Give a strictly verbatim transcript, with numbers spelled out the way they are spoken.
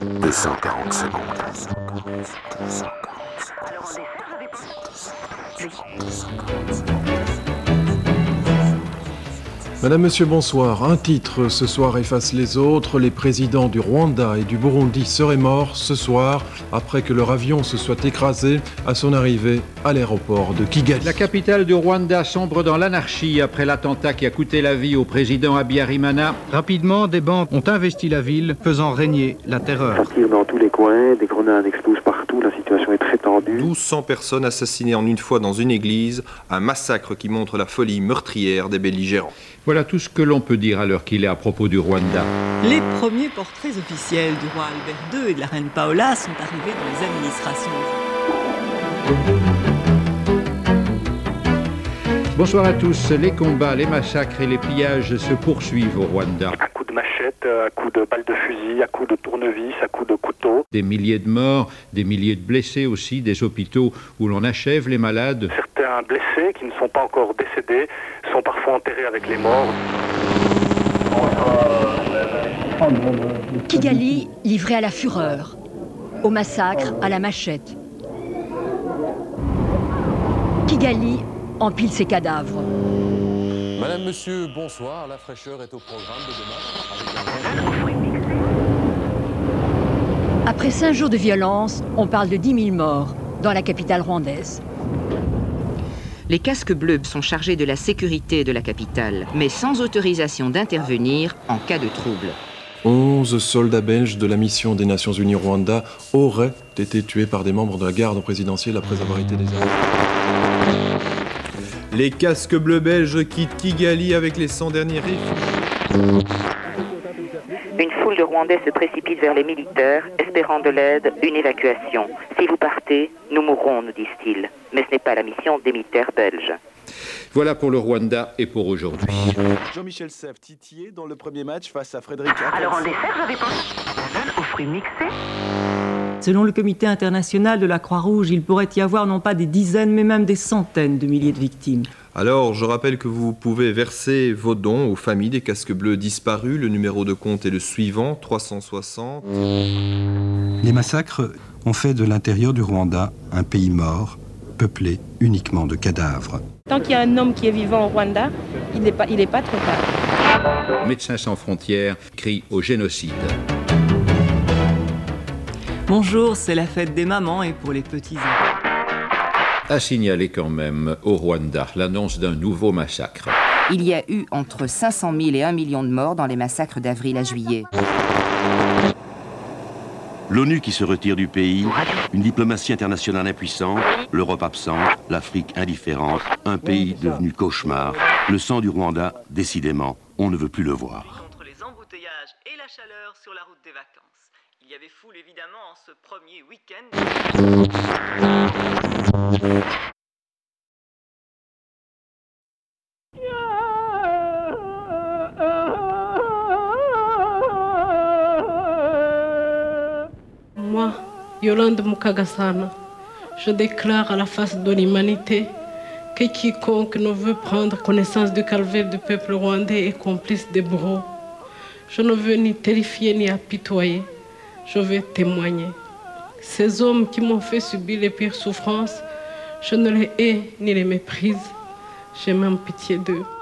deux cent quarante secondes. Madame, Monsieur, bonsoir. Un titre ce soir efface les autres. Les présidents du Rwanda et du Burundi seraient morts ce soir après que leur avion se soit écrasé à son arrivée à l'aéroport de Kigali. La capitale du Rwanda sombre dans l'anarchie après l'attentat qui a coûté la vie au président Habyarimana. Rapidement, des bandes ont investi la ville, faisant régner la terreur. Sortir dans tous les coins, des grenades explosent partout, la situation est très tendue. douze cents personnes assassinées en une fois dans une église, un massacre qui montre la folie meurtrière des belligérants. Voilà tout ce que l'on peut dire à l'heure qu'il est à propos du Rwanda. Les premiers portraits officiels du roi Albert deux et de la reine Paola sont arrivés dans les administrations. Bonsoir à tous. Les combats, les massacres et les pillages se poursuivent au Rwanda. À coups de machette, à coups de balles de fusil, à coups de tournevis, à coups de couteau. Des milliers de morts, des milliers de blessés aussi, des hôpitaux où l'on achève les malades. Certains blessés qui ne sont pas encore décédés sont parfois enterrés avec les morts. Kigali, livré à la fureur, au massacre, à la machette. Kigali empile ses cadavres. Madame, monsieur, bonsoir. La fraîcheur est au programme de demain. Après cinq jours de violence, on parle de dix mille morts dans la capitale rwandaise. Les casques bleus sont chargés de la sécurité de la capitale, mais sans autorisation d'intervenir en cas de trouble. Onze soldats belges de la mission des Nations Unies au Rwanda auraient été tués par des membres de la garde présidentielle après avoir été désarmés. Les casques bleus belges quittent Kigali avec les cent derniers réfugiés. Une foule de Rwandais se précipite vers les militaires, espérant de l'aide, une évacuation. Si vous partez, nous mourrons, nous disent-ils. Mais ce n'est pas la mission des militaires belges. Voilà pour le Rwanda et pour aujourd'hui. Jean-Michel Sèvres titillé dans le premier match face à Frédéric Hack. Alors en dessert, j'avais pensé aux fruits mixés. Selon le comité international de la Croix-Rouge, il pourrait y avoir non pas des dizaines, mais même des centaines de milliers de victimes. Alors, je rappelle que vous pouvez verser vos dons aux familles des casques bleus disparus. Le numéro de compte est le suivant, trois cent soixante. Les massacres ont fait de l'intérieur du Rwanda un pays mort, peuplé uniquement de cadavres. Tant qu'il y a un homme qui est vivant au Rwanda, il n'est pas, il n'est pas trop tard. Médecins sans frontières crie au génocide. Bonjour, c'est la fête des mamans et pour les petits enfants. A signalé quand même au Rwanda l'annonce d'un nouveau massacre. Il y a eu entre cinq cent mille et un million de morts dans les massacres d'avril à juillet. L'ONU qui se retire du pays, une diplomatie internationale impuissante, l'Europe absente, l'Afrique indifférente, un pays devenu cauchemar. Le sang du Rwanda, décidément, on ne veut plus le voir. Entre les embouteillages et la chaleur sur la route des vacances. Il y avait foule évidemment en ce premier week-end. Moi, Yolande Mukagasana, je déclare à la face de l'humanité que quiconque ne veut prendre connaissance du calvaire du peuple rwandais est complice des bourreaux. Je ne veux ni terrifier ni apitoyer. Je vais témoigner. Ces hommes qui m'ont fait subir les pires souffrances, je ne les hais ni les méprise. J'ai même pitié d'eux.